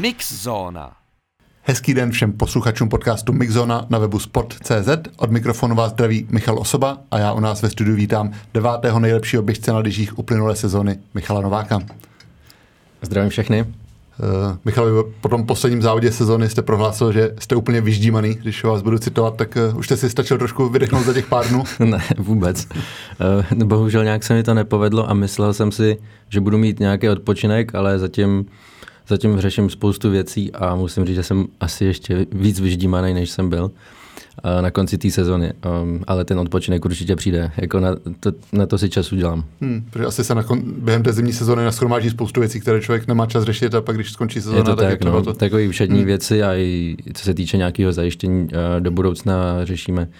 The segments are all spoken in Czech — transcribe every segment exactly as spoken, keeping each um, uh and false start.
Mixzóna. Hezký den všem posluchačům podcastu Mixzóna na webu sport tečka cé zet. Od mikrofonu vás zdraví Michal Osoba a já u nás ve studiu vítám devátého nejlepšího běžce na lyžích uplynulé sezony Michala Nováka. Zdravím všechny. Uh, Michal, po tom posledním závodě sezony jste prohlásil, že jste úplně vyždímaný. Když vás budu citovat, tak uh, už jste si stačil trošku vydechnout za těch pár dnů? Ne, vůbec. Uh, bohužel nějak se mi to nepovedlo a myslel jsem si, že budu mít nějaký odpočinek, ale zatím, zatím řeším spoustu věcí a musím říct, že jsem asi ještě víc vyždímaný, než jsem byl uh, na konci té sezony. Um, ale ten odpočinek určitě přijde. Jako na, to, na to si čas udělám. Hmm, protože asi se na kon, během té zimní sezony nashromáží spoustu věcí, které člověk nemá čas řešit a pak, když skončí sezóna, je to tak, tak, tak no, to... takový všední hmm. věci a i co se týče nějakého zajištění uh, do budoucna řešíme,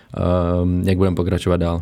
uh, jak budeme pokračovat dál.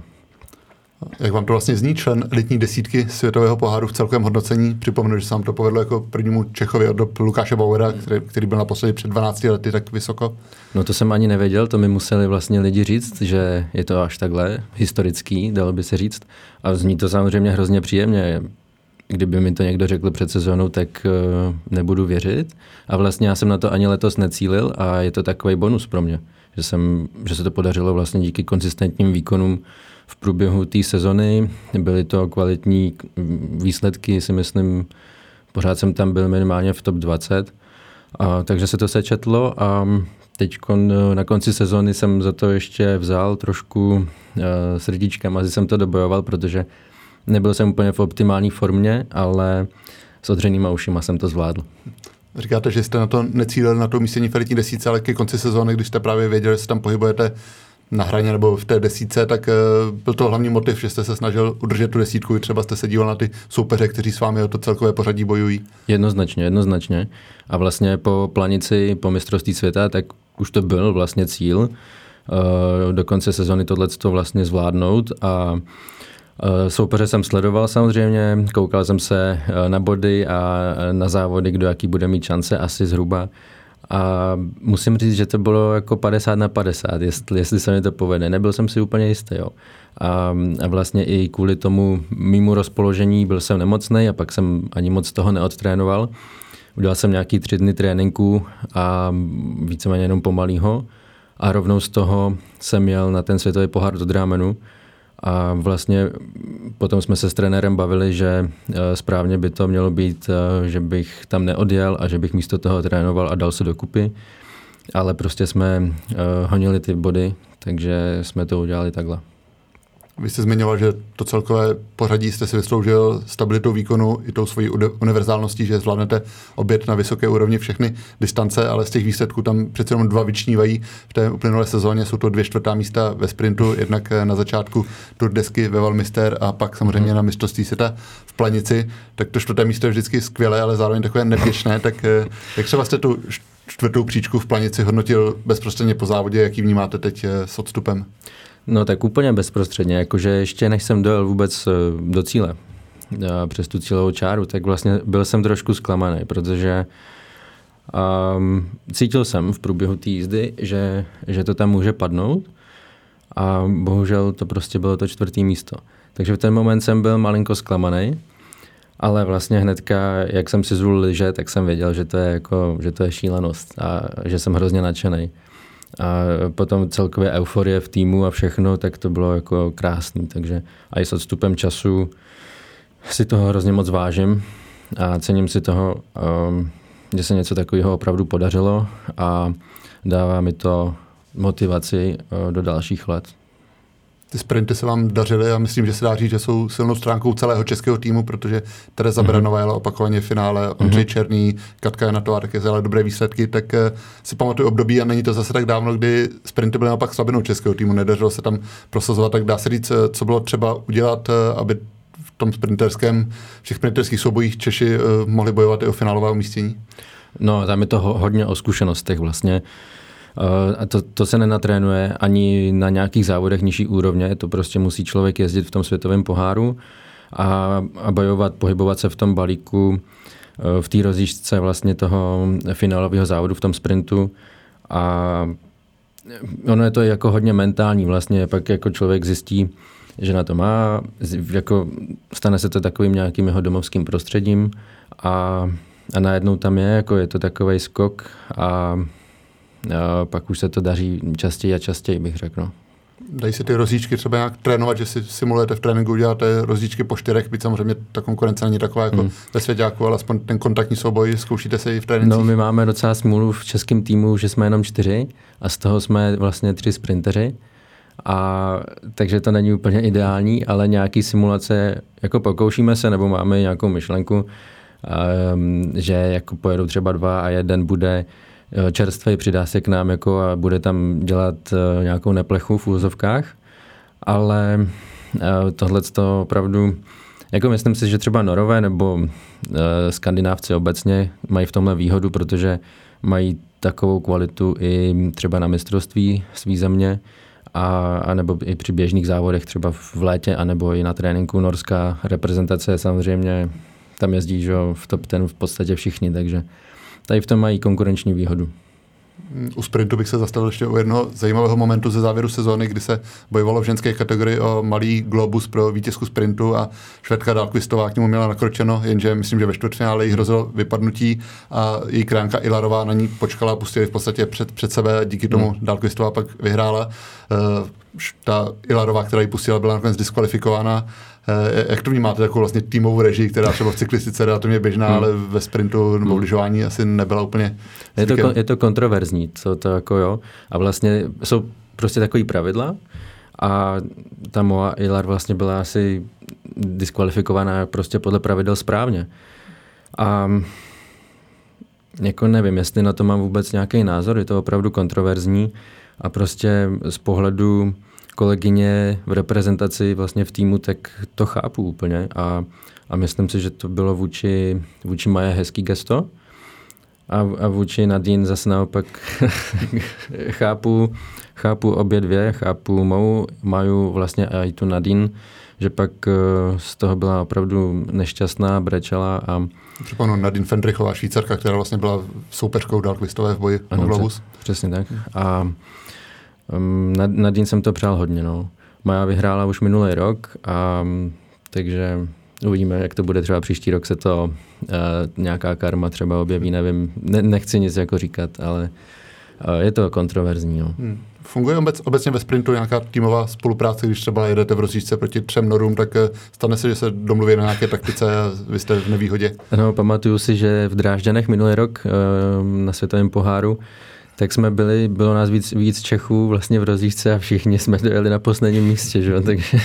Jak vám to vlastně zní, člen elitní desítky světového poháru v celkovém hodnocení? Připomenu, že se vám to povedlo jako prvnímu Čechovi od dob Lukáše Bauera, který, který byl naposledy před dvanácti lety tak vysoko. No to jsem ani nevěděl, to mi museli vlastně lidi říct, že je to až takhle historický, dalo by se říct. A zní to samozřejmě hrozně příjemně. Kdyby mi to někdo řekl před sezónou, tak uh, nebudu věřit. A vlastně já jsem na to ani letos necílil a je to takový bonus pro mě, že, jsem, že se to podařilo vlastně díky konzistentním výkonům v průběhu té sezony. Byly to kvalitní výsledky, si myslím, pořád jsem tam byl minimálně v top dvacet, a, takže se to sečetlo a teď na konci sezony jsem za to ještě vzal trošku uh, srdíčkem, asi jsem to dobojoval, protože nebyl jsem úplně v optimální formě, ale s odřenýma ušima jsem to zvládl. Říkáte, že jste na to necílili na to umístění v elitní desítce, ale ke konci sezóny, když jste právě věděli, že se tam pohybujete na hraně nebo v té desítce, tak uh, byl to hlavní motiv, že jste se snažil udržet tu desítku, třeba jste se díval na ty soupeře, kteří s vámi o to celkové pořadí bojují. Jednoznačně, jednoznačně. A vlastně po planici, po mistrovství světa, tak už to byl vlastně cíl uh, do konce sezony tohleto vlastně zvládnout a uh, soupeře jsem sledoval samozřejmě, koukal jsem se uh, na body a na závody, kdo jaký bude mít šance, asi zhruba. A musím říct, že to bylo jako padesát na padesát, jestli, jestli se mi to povede. Nebyl jsem si úplně jistý. Jo. A, a vlastně i kvůli tomu mýmu rozpoložení byl jsem nemocnej a pak jsem ani moc toho neodtrénoval. Udělal jsem nějaký tři dny tréninku a víceméně jenom pomalýho. A rovnou z toho jsem jel na ten světový pohár do Drámenu. A vlastně potom jsme se s trenérem bavili, že správně by to mělo být, že bych tam neodjel a že bych místo toho trénoval a dal se dokupy. Ale prostě jsme honili ty body, takže jsme to udělali takhle. Vy jste zmiňoval, že to celkové pořadí jste si vysloužil stabilitou výkonu i tou svojí univerzálností, že zvládnete obět na vysoké úrovni všechny distance, ale z těch výsledků tam přece jenom dva vyčnívají v té uplynulé sezóně. Jsou to dvě čtvrtá místa ve sprintu, jednak na začátku Tour desky ve Val Mister a pak samozřejmě na mistrovství světa v Planici. Tak to čtvrté místo je vždycky skvělé, ale zároveň takové nevděčné. Tak jak třeba jste tu čtvrtou příčku v Planici hodnotil bezprostředně po závodě, jaký vnímáte teď s odstupem? No tak úplně bezprostředně, jakože ještě než jsem dojel vůbec do cíle přes tu cílovou čáru, tak vlastně byl jsem trošku zklamaný, protože um, cítil jsem v průběhu té jízdy, že, že to tam může padnout a bohužel to prostě bylo to čtvrtý místo. Takže v ten moment jsem byl malinko zklamaný, ale vlastně hnedka, jak jsem si zvolil lyže, tak jsem věděl, že to je, jako, že to je šílenost a že jsem hrozně nadšený. A potom celkově euforie v týmu a všechno, tak to bylo jako krásný. Takže a i s odstupem času si toho hrozně moc vážím a cením si toho, um, že se něco takového opravdu podařilo a dává mi to motivaci uh, do dalších let. Ty sprinty se vám dařily a myslím, že se dá říct, že jsou silnou stránkou celého českého týmu, protože Tereza mm-hmm. Branová jela opakovaně v finále, Ondřej mm-hmm. Černý, Katka Janatová také zjela dobré výsledky, tak uh, si pamatuju období a není to zase tak dávno, kdy sprinty byly naopak slabinou českého týmu, nedařilo se tam prosazovat, tak dá se říct, co bylo třeba udělat, uh, aby v tom sprinterském, v těch sprinterských soubojích Češi uh, mohli bojovat i o finálová umístění? No, tam je to hodně o zkušenostech vlastně. Uh, a to, to se nenatrénuje ani na nějakých závodech nižší úrovně, to prostě musí člověk jezdit v tom světovém poháru a, a bojovat, pohybovat se v tom balíku, uh, v té rozjížďce vlastně toho finálového závodu v tom sprintu a ono je to jako hodně mentální vlastně, pak jako člověk zjistí, že na to má, jako stane se to takovým nějakým jeho domovským prostředím a a najednou tam je, jako je to takovej skok a, a pak už se to daří častěji a častěji, bych řekl. No. Dají si ty rozjíčky třeba nějak trénovat, že si simulujete v tréninku, děláte rozjíčky po čtyřech, byť samozřejmě ta konkurence není taková jako hmm. ve svěťáku, ale aspoň ten kontaktní souboj zkoušíte se i v trénincích? No, my máme docela smůlu v českém týmu, že jsme jenom čtyři a z toho jsme vlastně tři sprinteři. A takže to není úplně ideální, ale nějaký simulace, jako pokoušíme se, nebo máme nějakou myšlenku, um, že jako pojedou třeba dva a jeden bude čerstvý, přidá se k nám jako a bude tam dělat uh, nějakou neplechu v úzovkách, ale uh, tohle to opravdu, jako myslím si, že třeba Norové nebo uh, Skandinávci obecně mají v tomhle výhodu, protože mají takovou kvalitu i třeba na mistrovství svý země, a, a nebo i při běžných závodech třeba v létě, anebo i na tréninku. Norská reprezentace samozřejmě, tam jezdí že, v top ten v podstatě všichni, takže tady v tom mají konkurenční výhodu. U sprintu bych se zastavil ještě u jednoho zajímavého momentu ze závěru sezóny, kdy se bojovalo v ženské kategorii o malý globus pro vítězku sprintu a Švédka Dahlqvistová k němu měla nakročeno, jenže myslím, že ve čtvrtfinále jí hrozilo vypadnutí a její kránka Ilarová na ní počkala a pustili v podstatě před, před sebe a díky tomu hmm. Dahlqvistová pak vyhrála. Uh, ta Ilarová, která ji pustila, byla nakonec diskvalifikována. Uh, jak to vnímáte, takovou vlastně týmovou režii, která třeba v cyklistice relativně běžná, hmm. ale ve sprintu nebo v lyžování asi nebyla úplně je to, je to kontroverzní, co to jako jo. A vlastně jsou prostě takový pravidla a ta Moa Ilar vlastně byla asi diskvalifikovaná prostě podle pravidel správně. A jako nevím, jestli na to mám vůbec nějaký názor, je to opravdu kontroverzní a prostě z pohledu kolegyně v reprezentaci vlastně v týmu, tak to chápu úplně a, a myslím si, že to bylo vůči, vůči Maje hezký gesto a, a vůči Nadine zase naopak chápu, chápu obě dvě, chápu Mou, Maju vlastně a i tu Nadine, že pak z toho byla opravdu nešťastná, brečela a připomenu Nadine Fendrichová, Švýcarka, která vlastně byla soupeřkou Dahlqvistové v boji o globus. Přesně tak. A um, Nadine jsem to přál hodně. No. Maja vyhrála už minulý rok, a, um, takže uvidíme, jak to bude třeba příští rok se to uh, nějaká karma třeba objeví, nevím, ne, nechci nic jako říkat, ale uh, je to kontroverzní. No. Hmm. Funguje obec, obecně ve sprintu nějaká týmová spolupráce, když třeba jedete v rozjížďce proti třem Norům, tak stane se, že se domluví na nějaké taktice a vy jste v nevýhodě? No, pamatuju si, že v Drážďanech minulý rok na světovém poháru, tak jsme byli, bylo nás víc, víc Čechů vlastně v rozjížďce a všichni jsme dojeli na posledním místě, že? Takže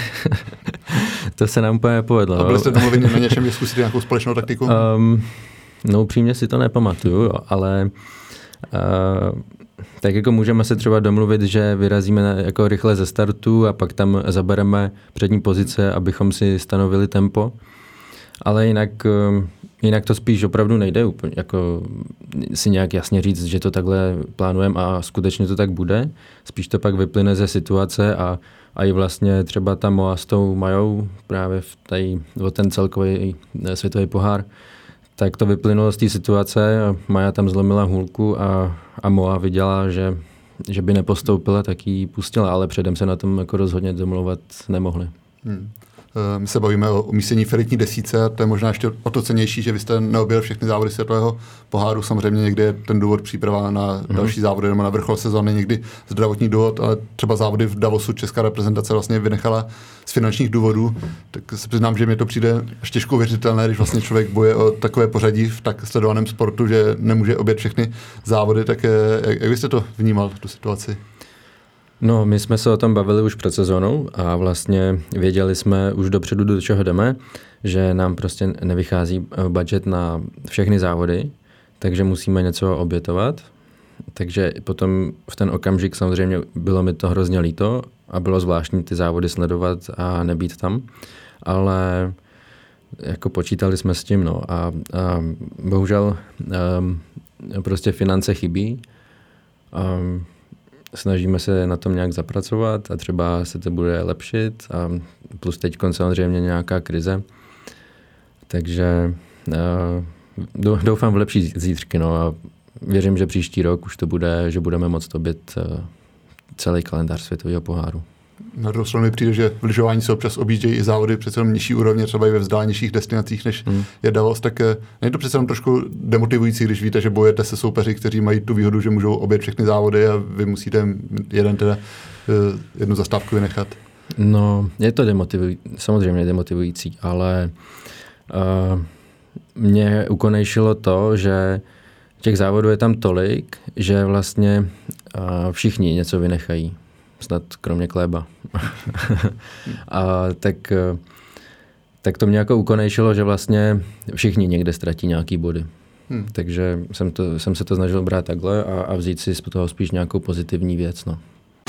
to se nám úplně nepovedlo. A byli jste domluveni na něčem, že zkusíte nějakou společnou taktiku? Um, no upřímně si to nepamatuju, jo, ale uh, tak jako můžeme se třeba domluvit, že vyrazíme jako rychle ze startu a pak tam zabereme přední pozice, abychom si stanovili tempo. Ale jinak, jinak to spíš opravdu nejde úplně, jako si nějak jasně říct, že to takhle plánujeme a skutečně to tak bude. Spíš to pak vyplyne ze situace a, a i vlastně třeba ta Moa s tou Majou právě v tady, o ten celkový světový pohár, tak to vyplynulo z té situace, Maja tam zlomila hůlku a, a Moa viděla, že, že by nepostoupila, tak ji pustila, ale předem se na tom jako rozhodně domlouvat nemohli. Hmm. My se bavíme o umístění v elitní desítce a to je možná ještě o to cennější, že vy jste neobjel všechny závody světového poháru. Samozřejmě někdy je ten důvod příprava na hmm. další závody nebo na vrchol sezóny, někdy zdravotní důvod, ale třeba závody v Davosu česká reprezentace vlastně vynechala z finančních důvodů. Tak se přiznám, že mi to přijde až těžko věřitelné, když vlastně člověk boje o takové pořadí v tak sledovaném sportu, že nemůže objet všechny závody. Tak jak, jak byste to vnímal, tu situaci? No, my jsme se o tom bavili už před sezónou a vlastně věděli jsme už dopředu, do čeho jdeme, že nám prostě nevychází budget na všechny závody, takže musíme něco obětovat. Takže potom v ten okamžik samozřejmě bylo mi to hrozně líto a bylo zvláštní ty závody sledovat a nebýt tam, ale jako počítali jsme s tím, no a, a bohužel um, prostě finance chybí. Um, Snažíme se na tom nějak zapracovat a třeba se to bude lepšit a plus teď samozřejmě nějaká krize. Takže uh, doufám v lepší zítřky, no a věřím, že příští rok už to bude, že budeme moct objet uh, celý kalendář světového poháru. Na druhou stranu mi přijde, že v lyžování se občas objíždějí i závody přece jenom nižší úrovně, třeba i ve vzdálenějších destinacích, než hmm. je Davos, tak není to přece jenom trošku demotivující, když víte, že bojujete se soupeři, kteří mají tu výhodu, že můžou objet všechny závody a vy musíte jeden teda jednu zastávku vynechat. No, je to demotivující, samozřejmě demotivující, ale uh, mě ukonejšilo to, že těch závodů je tam tolik, že vlastně uh, všichni něco vynechají. Snad kromě Kléba. A tak, tak to mě jako ukonejšilo, že vlastně všichni někde ztratí nějaký body. Hmm. Takže jsem, to, jsem se to snažil brát takhle a, a vzít si z toho spíš nějakou pozitivní věc. No.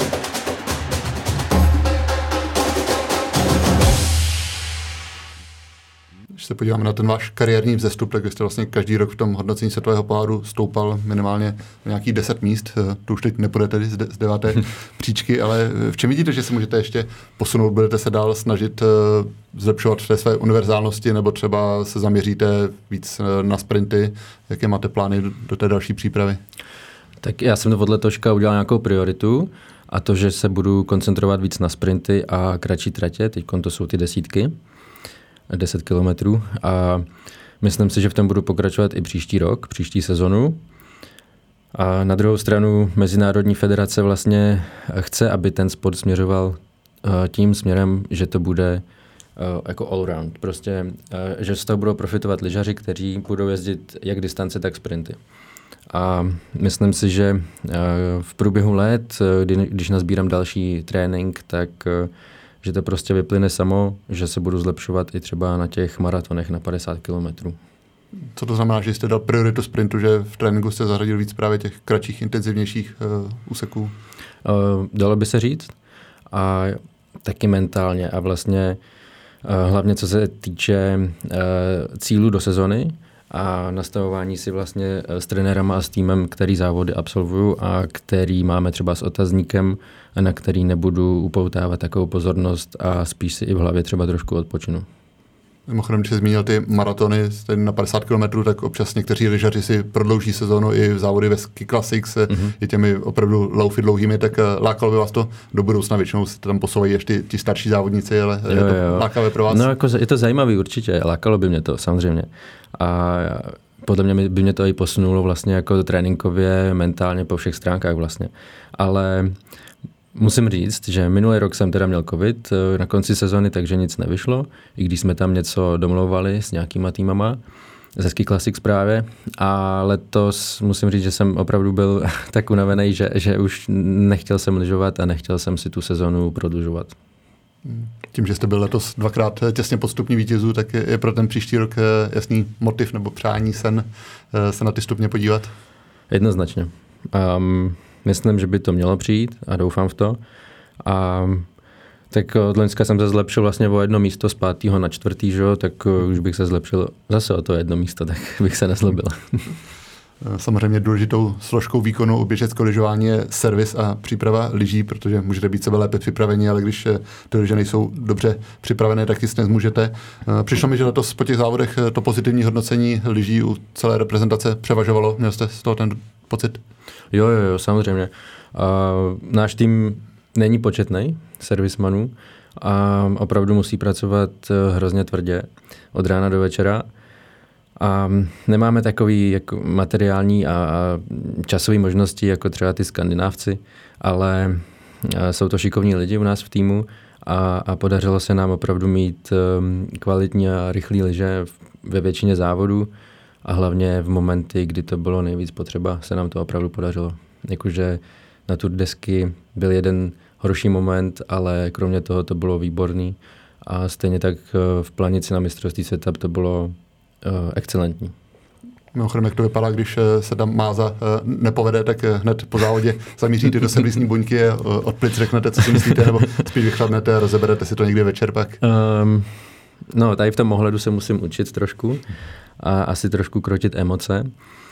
Když se podíváme na ten váš kariérní vzestup, tak jste vlastně každý rok v tom hodnocení světového poháru stoupal minimálně nějakých deset míst. To už teď nepůjde tedy z, de- z deváté příčky, ale v čem vidíte, že se můžete ještě posunout? Budete se dál snažit uh, zlepšovat v té své univerzálnosti, nebo třeba se zaměříte víc uh, na sprinty? Jaké máte plány do, do té další přípravy? Tak já jsem to od letoška udělal nějakou prioritu a to, že se budu koncentrovat víc na sprinty a kratší tratě. Teď to jsou ty desítky. deset kilometrů a myslím si, že v tom budu pokračovat i příští rok, příští sezonu. A na druhou stranu Mezinárodní federace vlastně chce, aby ten sport směřoval tím směrem, že to bude jako all round. Prostě, že z toho budou profitovat lyžaři, kteří budou jezdit jak distance, tak sprinty. A myslím si, že v průběhu let, když nazbírám další trénink, tak že to prostě vyplyne samo, že se budu zlepšovat i třeba na těch maratonech na padesát kilometrů. Co to znamená, že jste dal prioritu sprintu, že v tréninku jste zařadil víc právě těch kratších, intenzivnějších uh, úseků? Uh, dalo by se říct. A taky mentálně a vlastně uh, hlavně co se týče uh, cílů do sezony a nastavování si vlastně s trenérama a s týmem, který závody absolvuju a který máme třeba s otazníkem, na který nebudu upoutávat takovou pozornost a spíš si i v hlavě třeba trošku odpočinu. Mimochodem, když jsi zmínil ty maratony na padesát kilometrů, tak občas někteří lyžaři si prodlouží sezónu i v závody ve Ski Classics, mm-hmm. i těmi opravdu laufy dlouhými, tak lákalo by vás to do budoucna, většinou se tam posouvají ještě ti starší závodníci, ale jo, je to jo. lákavé pro vás? No jako je to zajímavý určitě, lákalo by mě to samozřejmě. A podle mě by mě to i posunulo vlastně jako tréninkově, mentálně po všech stránkách vlastně. Ale musím říct, že minulý rok jsem teda měl covid na konci sezony, takže nic nevyšlo, i když jsme tam něco domlouvali s nějakýma týmama, ze Ski Classics právě. A letos musím říct, že jsem opravdu byl tak unavený, že, že už nechtěl jsem lyžovat a nechtěl jsem si tu sezonu prodlužovat. Tím, že jste byl letos dvakrát těsně pod stupní vítězů, tak je pro ten příští rok jasný motiv nebo přání sen se na ty stupně podívat? Jednoznačně. Um, myslím, že by to mělo přijít a doufám v to. A tak od loňska jsem se zlepšil vlastně o jedno místo z pátého na čtvrtý, že? Tak už bych se zlepšil zase o to jedno místo, tak bych se nezlobil. Samozřejmě důležitou složkou výkonu u běžeckého lyžování je servis a příprava lyží, protože můžete být sebe lépe připraveni, ale když ty lyže nejsou dobře připravené, tak jistě nezmůžete. Přišlo mi, že letos po těch závodech to pozitivní hodnocení lyží u celé reprezentace převažovalo. Měl jste z toho ten pocit? Jo, jo, jo, samozřejmě. Uh, náš tým není početný servismanů a opravdu musí pracovat hrozně tvrdě od rána do večera. A nemáme takový jako materiální a, a časové možnosti jako třeba ty Skandinávci, ale jsou to šikovní lidi u nás v týmu a, a podařilo se nám opravdu mít um, kvalitní a rychlý lyže ve většině závodů a hlavně v momenty, kdy to bylo nejvíc potřeba, se nám to opravdu podařilo. Jakože na Tour desky byl jeden horší moment, ale kromě toho to bylo výborný a stejně tak v Planici na mistrovství světa to bylo Uh, excelentní. Mimochodem, jak to vypadá, když se tam Máza uh, nepovede, tak hned po závodě zamíříte do servisní buňky a uh, od plic řeknete, co si myslíte, nebo spíš vychladnete a rozeberete si to někdy večer pak? Um, no, tady v tom ohledu se musím učit trošku a asi trošku krotit emoce,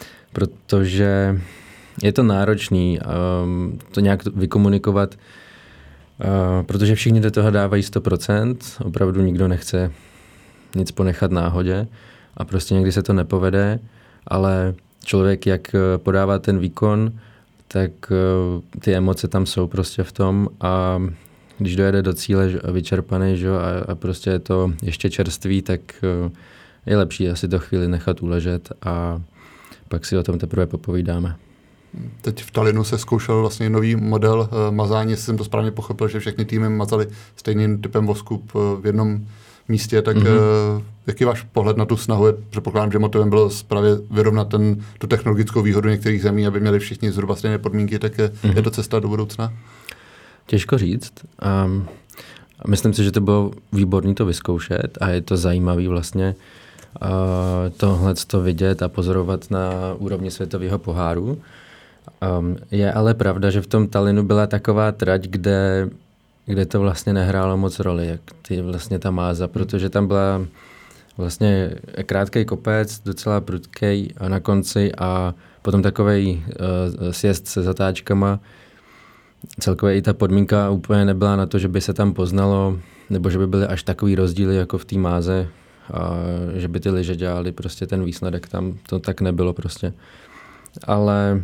protože je to náročný um, to nějak vykomunikovat, uh, protože všichni do toho dávají sto procent, opravdu nikdo nechce nic ponechat náhodě. A prostě někdy se to nepovede, ale člověk, jak podává ten výkon, tak ty emoce tam jsou prostě v tom a když dojede do cíle vyčerpaný, že, a, a prostě je to ještě čerstvý, tak je lepší asi to chvíli nechat uležet a pak si o tom teprve popovídáme. Teď v Tallinnu se zkoušel vlastně nový model uh, mazání, jestli jsem to správně pochopil, že všechny týmy mazali stejným typem vosku v jednom místě, tak mm-hmm. uh, jaký je váš pohled na tu snahu? Předpokládám, že motivem bylo právě vyrovnat ten, tu technologickou výhodu některých zemí, aby měli všichni zhruba stejné podmínky, tak je, mm-hmm. je to cesta do budoucna? Těžko říct. Um, myslím si, že to bylo výborné to vyzkoušet a je to zajímavý vlastně uh, tohle to vidět a pozorovat na úrovni světového poháru. Um, je ale pravda, že v tom Tallinnu byla taková trať, kde, kde to vlastně nehrálo moc roli, jak ty vlastně ta máza, protože tam byla vlastně krátký kopec, docela prudký a na konci a potom takovej uh, sjezd se zatáčkama. Celkově i ta podmínka úplně nebyla na to, že by se tam poznalo, nebo že by byly až takový rozdíly jako v té máze, a že by ty lyže dělali prostě ten výsledek tam, to tak nebylo prostě. Ale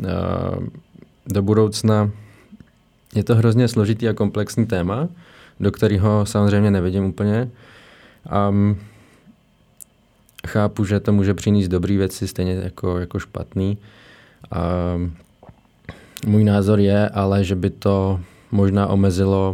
do budoucna je to hrozně složitý a komplexní téma, do kterého samozřejmě nevidím úplně. Um, chápu, že to může přinést dobrý věci, stejně jako, jako špatný. Um, můj názor je, ale že by to možná omezilo,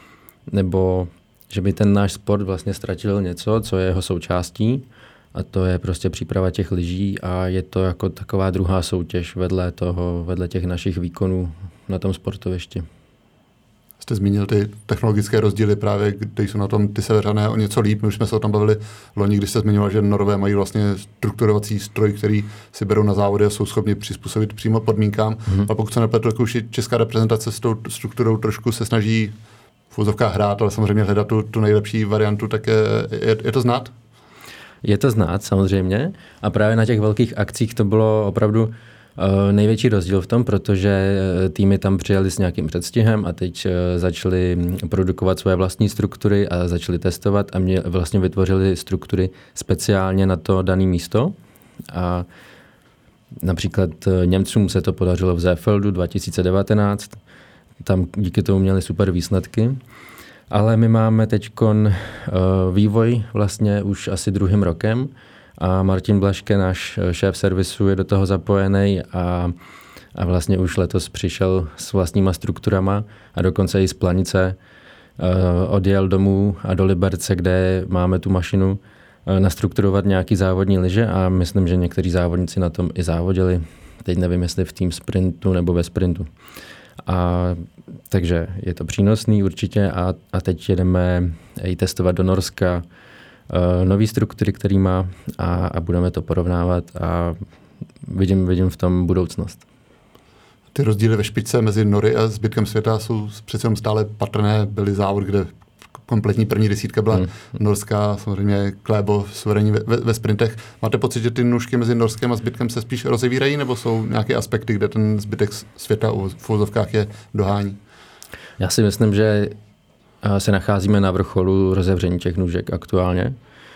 nebo že by ten náš sport vlastně ztratil něco, co je jeho součástí. A to je prostě příprava těch lyží a je to jako taková druhá soutěž vedle toho, vedle těch našich výkonů na tom sportovišti. Jste zmínil ty technologické rozdíly právě, kde jsou na tom ty Severané o něco líp. My už jsme se o tom bavili loni, když jste zmiňoval, že Norové mají vlastně strukturovací stroj, který si berou na závody a jsou schopni přizpůsobit přímo podmínkám. Mm-hmm. A pokud se nepletu, tak už česká reprezentace s tou strukturou trošku se snaží v úzovkách hrát, ale samozřejmě hledat tu, tu nejlepší variantu, tak je, je, je to znát? Je to znát samozřejmě a právě na těch velkých akcích to bylo opravdu uh, největší rozdíl v tom, protože týmy tam přijeli s nějakým předstihem a teď uh, začali produkovat svoje vlastní struktury a začali testovat a mě vlastně vytvořili struktury speciálně na to dané místo. A například Němcům se to podařilo v Seefeldu dva tisíce devatenáct, tam díky tomu měli super výsledky. Ale my máme teďkon uh, vývoj vlastně už asi druhým rokem a Martin Blaške, náš šéf servisu, je do toho zapojený a, a vlastně už letos přišel s vlastníma strukturama a dokonce i z Planice uh, odjel domů a do Liberce, kde máme tu mašinu, uh, nastrukturovat nějaký závodní lyže a myslím, že někteří závodníci na tom i závodili. Teď nevím, jestli v tým sprintu nebo ve sprintu. A takže je to přínosný určitě a, a teď jedeme i testovat do Norska uh, nový struktury, který má a, a budeme to porovnávat a vidím, vidím v tom budoucnost. Ty rozdíly ve špičce mezi Nory a zbytkem světa jsou přece jenom stále patrné. Byly závod, kde kompletní první desítka byla hmm. norská, samozřejmě Klébo suverénní ve, ve, ve sprintech. Máte pocit, že ty nůžky mezi Norskem a zbytkem se spíš rozevírají, nebo jsou nějaké aspekty, kde ten zbytek světa v uvozovkách je dohání? Já si myslím, že se nacházíme na vrcholu rozevření těch nůžek aktuálně.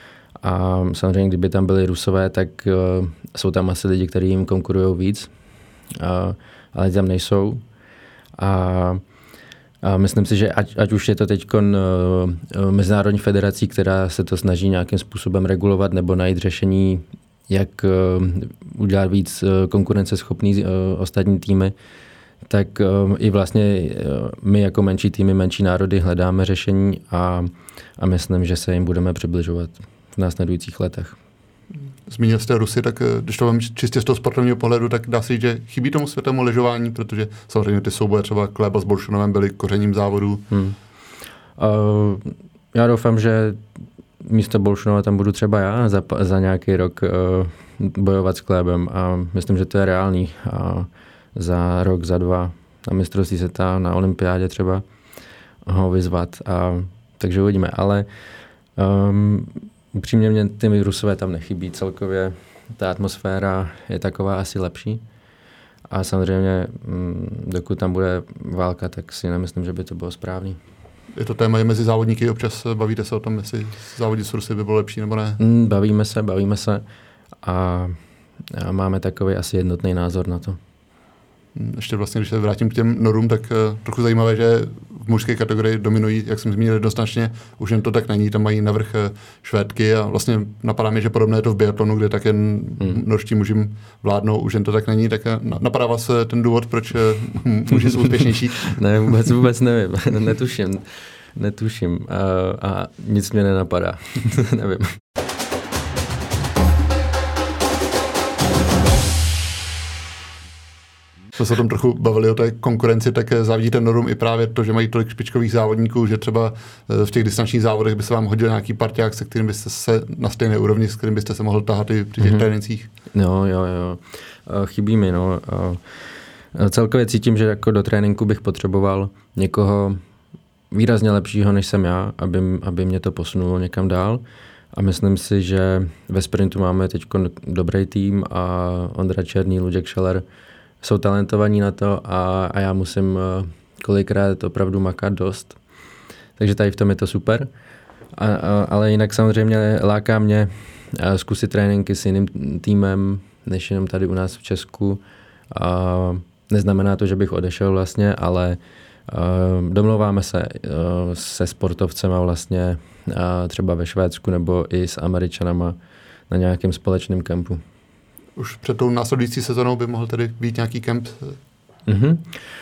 A samozřejmě, kdyby tam byli Rusové, tak uh, jsou tam asi lidi, kteří jim konkurují víc, uh, ale tam nejsou. A A myslím si, že ať, ať už je to teď uh, mezinárodní federací, která se to snaží nějakým způsobem regulovat nebo najít řešení, jak uh, udělat víc uh, konkurenceschopný uh, ostatní týmy, tak uh, i vlastně uh, my jako menší týmy, menší národy hledáme řešení a, a myslím, že se jim budeme přibližovat v následujících letech. Zmínil jste Rusy, tak když to vám čistě z toho sportovního pohledu, tak dá se říct, že chybí tomu světovému lyžování, protože samozřejmě ty souboje třeba Kléba s Bolšunovem byly kořením závodu. Hmm. Uh, já doufám, že místo Bolšunova tam budu třeba já za, za nějaký rok uh, bojovat s Klébem a myslím, že to je reálný. A za rok, za dva na mistrovství světa, na olympiádě třeba ho vyzvat. A, takže uvidíme, ale um, upřímně mě ty Rusové tam nechybí celkově. Ta atmosféra je taková asi lepší. A samozřejmě, dokud tam bude válka, tak si nemyslím, že by to bylo správný. Je to téma, je mezi závodníky, občas bavíte se o tom, jestli závodit s Rusy by bylo lepší nebo ne? Bavíme se, bavíme se a, a máme takový asi jednotný názor na to. Ještě vlastně, když se vrátím k těm norům, tak uh, trochu zajímavé, že v mužské kategorii dominují, jak jsem zmínil, jednoznačně, už jen to tak není, tam mají navrch uh, Švédky a vlastně napadá mě, že podobné je to v biatlonu, kde také hmm. norští muži vládnou, už jen to tak není, tak uh, napadá vás ten důvod, proč uh, muži jsou úspěšnější? Ne, vůbec, vůbec nevím, netuším, netuším a, a nic mě nenapadá, nevím. Jsme se o tom trochu bavili o té konkurenci, tak závidíte norům i právě to, že mají tolik špičkových závodníků, že třeba v těch distančních závodech by se vám hodil nějaký parťák, se kterým byste se na stejné úrovni, s kterým byste se mohl tahat i při těch mm-hmm. trénincích. Jo, jo, jo. Chybí mi, no. Celkově cítím, že jako do tréninku bych potřeboval někoho výrazně lepšího, než jsem já, aby, aby mě to posunulo někam dál. A myslím si, že ve sprintu máme teď dobrý tým a Ondra Černý, Luděk Šeler jsou talentovaní na to a, a já musím kolikrát opravdu makat dost. Takže tady v tom je to super. A, a, ale jinak samozřejmě láká mě zkusit tréninky s jiným týmem, než jenom tady u nás v Česku. A neznamená to, že bych odešel vlastně, ale uh, domlouváme se uh, se sportovcema vlastně uh, třeba ve Švédsku nebo i s Američanama na nějakém společném kempu. Už před tou následující sezónou by mohl tedy být nějaký kemp? Uh-huh.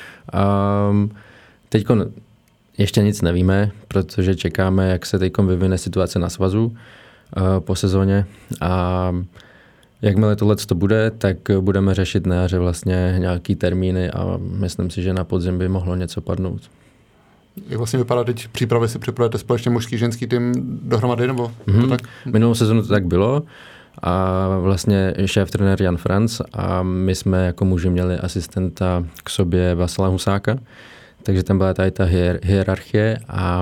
Um, teďko ještě nic nevíme, protože čekáme, jak se teďko vyvine situace na svazu uh, po sezóně a jakmile tohle to bude, tak budeme řešit na jaře vlastně nějaký termíny a myslím si, že na podzim by mohlo něco padnout. Jak vlastně vypadá teď přípravy, si připravujete společně mužský, ženský tým dohromady, nebo mm-hmm. to tak? Minulou sezonu to tak bylo a vlastně šéf trenér Jan Franc a my jsme jako muži měli asistenta k sobě Vasila Husáka, takže tam byla tady ta hier- hierarchie a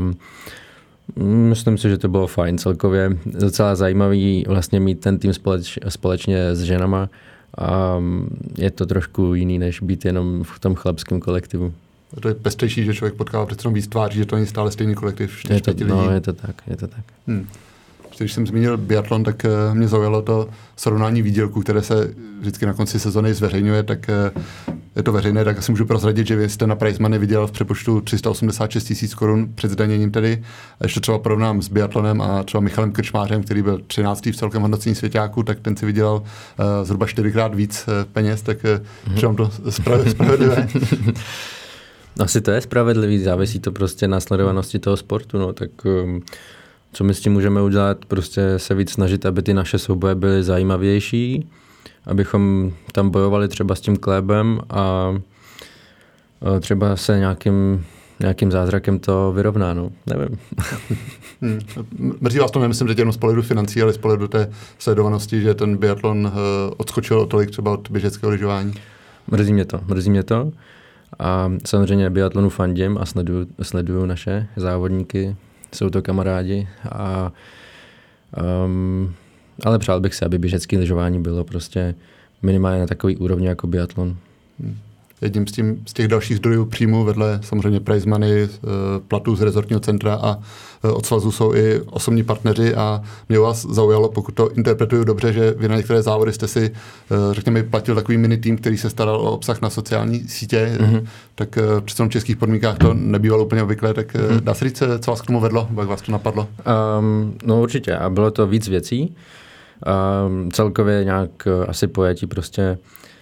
myslím si, že to bylo fajn celkově. Docela zajímavý vlastně mít ten tým společ, společně s ženama a je to trošku jiný, než být jenom v tom chlapském kolektivu. To je pestřejší, že člověk potkává přece jenom víc tváří, že to není stále stejný kolektiv. Je to, no, je to tak, je to tak. Hmm. Když jsem zmínil biatlon, tak mě zaujalo to srovnání výdělků, které se vždycky na konci sezony zveřejňuje, tak je to veřejné, tak asi můžu prozradit, že vy jste na Prize Money vydělal v přepočtu tři sta osmdesát šest tisíc korun před zdaněním tedy. A ještě třeba porovnám s biatlonem a třeba Michalem Krčmářem, který byl třináctý v celkem hodnocení svěťáku, tak ten si vydělal uh, zhruba čtyřikrát víc uh, peněz, tak uh, mm-hmm. vám to sprav- spravedlivé. Asi to je spravedlivý, závisí to prostě na sledovanosti toho sportu, no, tak um, co my s tím můžeme udělat, prostě se víc snažit, aby ty naše souboje byly zajímavější, abychom tam bojovali třeba s tím klébem a, a třeba se nějakým, nějakým zázrakem to vyrovná, no, nevím. Hmm. Mrzí vás to, nemyslím teď jenom z pohledu financí, ale z pohledu té sledovanosti, že ten biatlon uh, odskočil o tolik třeba od běžeckého lyžování? Mrzí mě to, mrzí mě to. A samozřejmě biatlonu fandím a sleduju, sleduju naše závodníky, jsou to kamarádi, a, um, ale přál bych si, aby běžecké lyžování bylo prostě minimálně na takový úrovni jako biatlon. Hmm. Jedním z, tím, z těch dalších zdrojů příjmu vedle samozřejmě Prize Money, platů z rezortního centra a od svazu jsou i osobní partneři a mě vás zaujalo, pokud to interpretuju dobře, že vy na některé závody jste si, řekněme, platil takový mini tým, který se staral o obsah na sociální sítě, mm-hmm. tak při tom českých podmínkách to nebývalo úplně obvyklé, tak mm-hmm. dá se říct, co vás k tomu vedlo, jak vás to napadlo? Um, no určitě a bylo to víc věcí. Um, celkově nějak asi pojetí prostě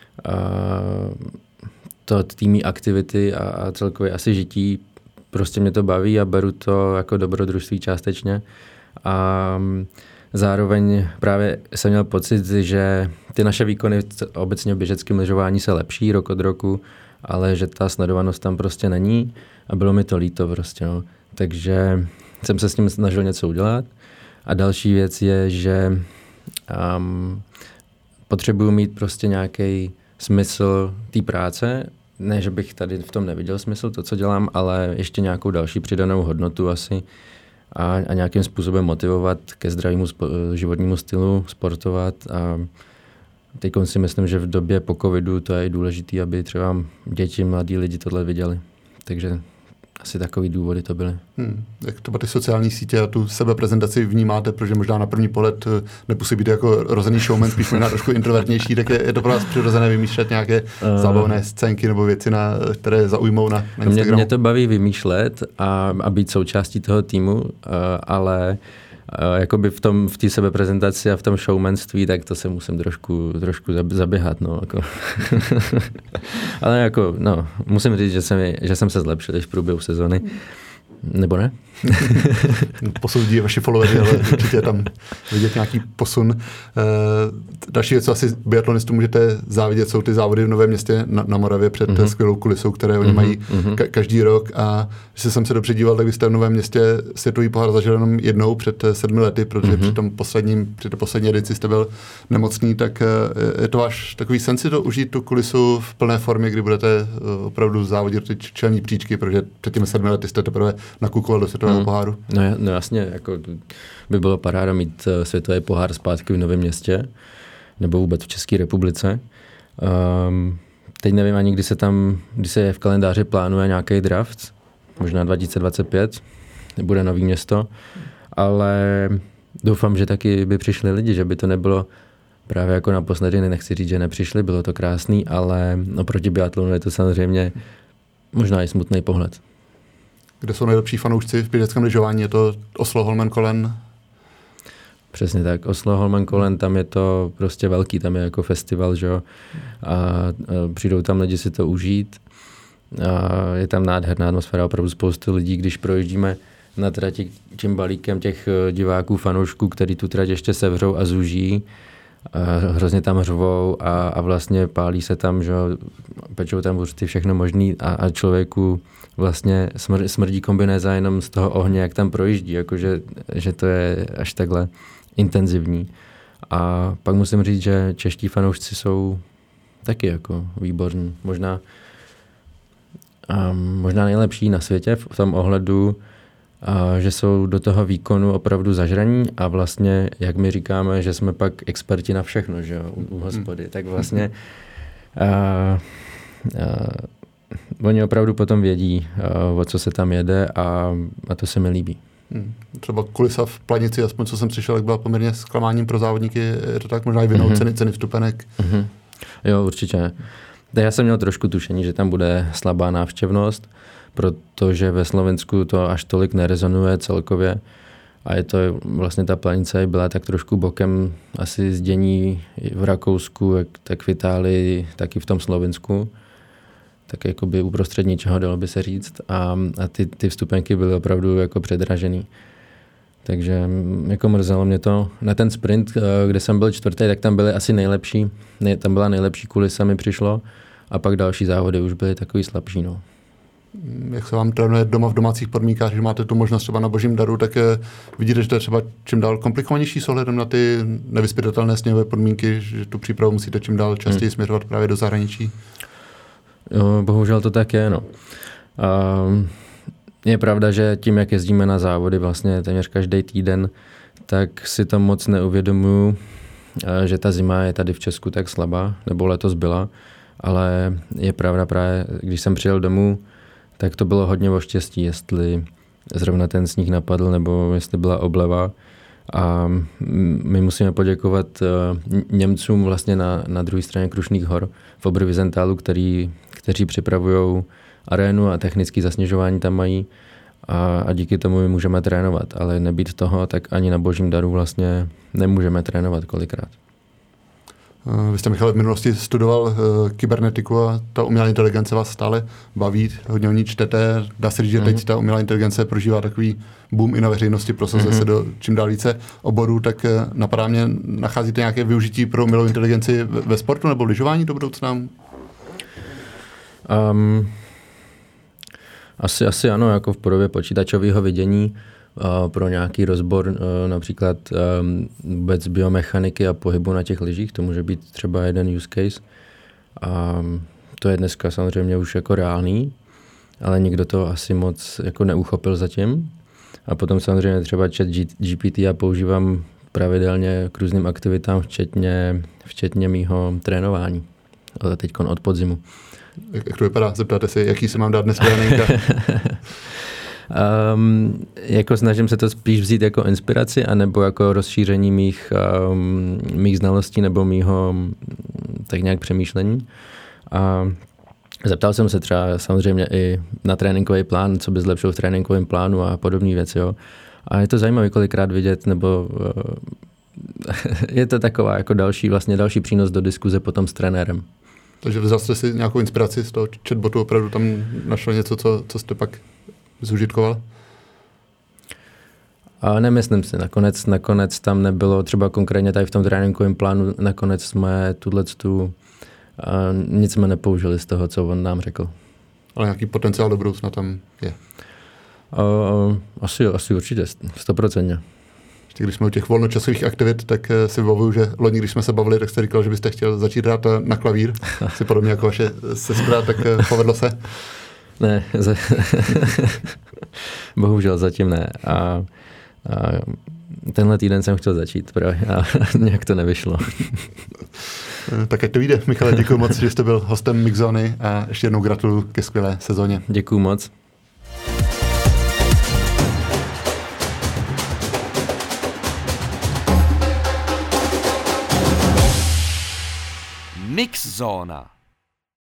uh, to týmí aktivity a, a celkově asi žití, prostě mě to baví a beru to jako dobrodružství částečně. A zároveň právě jsem měl pocit, že ty naše výkony obecně v běžeckém lyžování se lepší rok od roku, ale že ta sledovanost tam prostě není a bylo mi to líto prostě. No. Takže jsem se s tím snažil něco udělat. A další věc je, že um, potřebuju mít prostě nějaký smysl té práce. Ne, že bych tady v tom neviděl smysl, to, co dělám, ale ještě nějakou další přidanou hodnotu asi a, a nějakým způsobem motivovat ke zdravému spo, životnímu stylu, sportovat. A teď si myslím, že v době po covidu to je důležité, aby třeba děti, mladí lidi tohle viděli. Takže asi takový důvody to byly. Hmm. Jak to ty sociální sítě a tu sebeprezentaci vnímáte, protože možná na první pohled nepůsobíte jako rozený showman, spíš možná trošku introvertnější, tak je, je to pro vás přirozené vymýšlet nějaké uh, zábavné scénky nebo věci, na, které zaujmou na, na Instagramu? Mě, mě to baví vymýšlet a, a být součástí toho týmu, uh, ale uh, jakoby v tom, v té sebeprezentaci a v tom showmanství, tak to se musím trošku, trošku zaběhat, no, jako. Ale jako, no, musím říct, že jsem, že jsem se zlepšil v průběhu sezony. Nebo ne? Posoudí vaši followeri, ale určitě je tam vidět nějaký posun. E, další věc, co asi biatlonistů můžete závidět, jsou ty závody v Novém Městě na, na Moravě před mm-hmm. skvělou kulisou, které oni mm-hmm. mají ka- každý rok. A když jsem se dobře díval, tak vy jste v Novém Městě světový pohár zažil jenom jednou před sedmi lety, protože mm-hmm. při tom posledním, při té poslední edici jste byl nemocný, tak je to váš takový sen si to užít tu kulisu v plné formě, kdy budete opravdu závodit ty čelní příčky, protože před těmi sedmi lety jste teprve nakukoval do světového hmm. poháru. No, no jasně, jako by bylo paráda mít světový pohár zpátky v Novém Městě, nebo vůbec v České republice. Um, teď nevím ani, kdy se tam, kdy se v kalendáři plánuje nějaký draft, možná dva tisíce dvacet pět, bude Nový Město, ale doufám, že taky by přišli lidi, že by to nebylo právě jako naposledy, nechci říct, že nepřišli, bylo to krásný, ale oproti biatlonu je to samozřejmě možná i smutný pohled. Kde jsou nejlepší fanoušci v běžeckém lyžování? Je to Oslo, Holmen, Kolen? Přesně tak. Oslo, Holmen, Kolen, tam je to prostě velký, tam je jako festival, že jo? A, a přijdou tam lidi si to užít. A je tam nádherná atmosféra, opravdu spoustu lidí, když projíždíme na trati tím balíkem těch diváků, fanoušků, který tu trať ještě sevřou a zúží. A hrozně tam řvou a, a vlastně pálí se tam, že pečou tam buřty, všechno možný a, a člověku vlastně smr, smrdí kombinéza jenom z toho ohně, jak tam projíždí, jakože že to je až takhle intenzivní. A pak musím říct, že čeští fanoušci jsou taky jako výborní. Možná, um, možná nejlepší na světě v tom ohledu, a že jsou do toho výkonu opravdu zažraní a vlastně, jak my říkáme, že jsme pak experti na všechno, že jo, u, u hospody, tak vlastně a, a, oni opravdu potom vědí, a, o co se tam jede a, a to se mi líbí. Hmm. Třeba kulisa v Planici, aspoň co jsem přišel, tak byla poměrně zklamáním pro závodníky, je to tak možná i vinou mm-hmm. ceny, ceny vstupenek? Mm-hmm. Jo, určitě. Já jsem měl trošku tušení, že tam bude slabá návštěvnost, protože ve Slovensku to až tolik nerezonuje celkově a je to vlastně ta Planice byla tak trošku bokem asi z dění v Rakousku, tak v Itálii, tak i v tom Slovensku. Tak jakoby uprostřed ničeho, dalo by se říct a, a ty, ty vstupenky byly opravdu jako předražený. Takže jako mrzelo mě to. Na ten sprint, kde jsem byl čtvrtý, tak tam byly asi nejlepší, nej, tam byla nejlepší kulisa mi přišlo a pak další závody už byly takový slabší, no. Jak se vám trénuje doma v domácích podmínkách, že máte tu možnost třeba na Božím daru, tak vidíte, že to je třeba čím dál komplikovanější s ohledem na ty nevyzpytatelné sněhové podmínky, že tu přípravu musíte čím dál častěji hmm. směřovat právě do zahraničí? Jo, bohužel to tak je, no. Um, je pravda, že tím, jak jezdíme na závody vlastně téměř každý týden, tak si to moc neuvědomuju, že ta zima je tady v Česku tak slabá, nebo letos byla, ale je pravda právě, když jsem přijel domů, tak to bylo hodně o štěstí, jestli zrovna ten sníh napadl, nebo jestli byla obleva. A my musíme poděkovat Němcům vlastně na, na druhé straně Krušných hor v Oberwiesentálu, který, kteří připravují arénu a technické zasněžování tam mají a, a díky tomu my můžeme trénovat, ale nebýt toho, tak ani na Božím daru vlastně nemůžeme trénovat kolikrát. Vy jste, Michale, v minulosti studoval uh, kybernetiku a ta umělá inteligence vás stále baví, hodně o ní čtete. Dá se říct, že teď ta umělá inteligence prožívá takový boom i na veřejnosti, prosazuje mm-hmm. se do čím dál více oborů, tak uh, napadá mě, nacházíte nějaké využití pro umělou inteligenci ve, ve sportu nebo v lyžování do budoucna? Um, asi, asi ano, jako v podobě počítačového vidění. Uh, pro nějaký rozbor uh, například um, vůbec biomechaniky a pohybu na těch lyžích, to může být třeba jeden use case. Um, to je dneska samozřejmě už jako reálný, ale nikdo to asi moc jako neuchopil zatím. A potom samozřejmě třeba chat G P T já používám pravidelně k různým aktivitám, včetně, včetně mýho trénování, teďkon od podzimu. Jak, jak to vypadá? Zeptáte si, jaký si mám dát dnes tréninka? Um, jako snažím se to spíš vzít jako inspiraci, anebo jako rozšíření mých, um, mých znalostí nebo mýho tak nějak přemýšlení. A zeptal jsem se třeba samozřejmě i na tréninkový plán, co by zlepšil v tréninkovém plánu a podobné věci. Jo. A je to zajímavé kolikrát vidět, nebo uh, je to taková jako další, vlastně další přínos do diskuze potom s trenérem. Takže vzal jste si nějakou inspiraci z toho chatbotu, opravdu tam našel něco, co, co jste pak zužitkoval? A nemyslím si, nakonec, nakonec tam nebylo, třeba konkrétně tady v tom tréninkovém plánu, nakonec jsme tuto nic jsme nepoužili z toho, co on nám řekl. Ale nějaký potenciál do budoucna tam je? Uh, asi, asi určitě, stoprocentně. Ještě když jsme u těch volnočasových aktivit, tak si vybavuju, že loni, když jsme se bavili, tak jste říkal, že byste chtěl začít hrát na klavír. Asi podobně jako vaše sestra, tak povedlo se? Ne, bohužel zatím ne. A, a tenhle týden jsem chtěl začít právě a nějak to nevyšlo. Tak ať to vyjde. Michale, děkuji moc, že jste byl hostem Mixzóny a ještě jednou gratuluju ke skvělé sezóně. Děkuji moc. Mixzóna.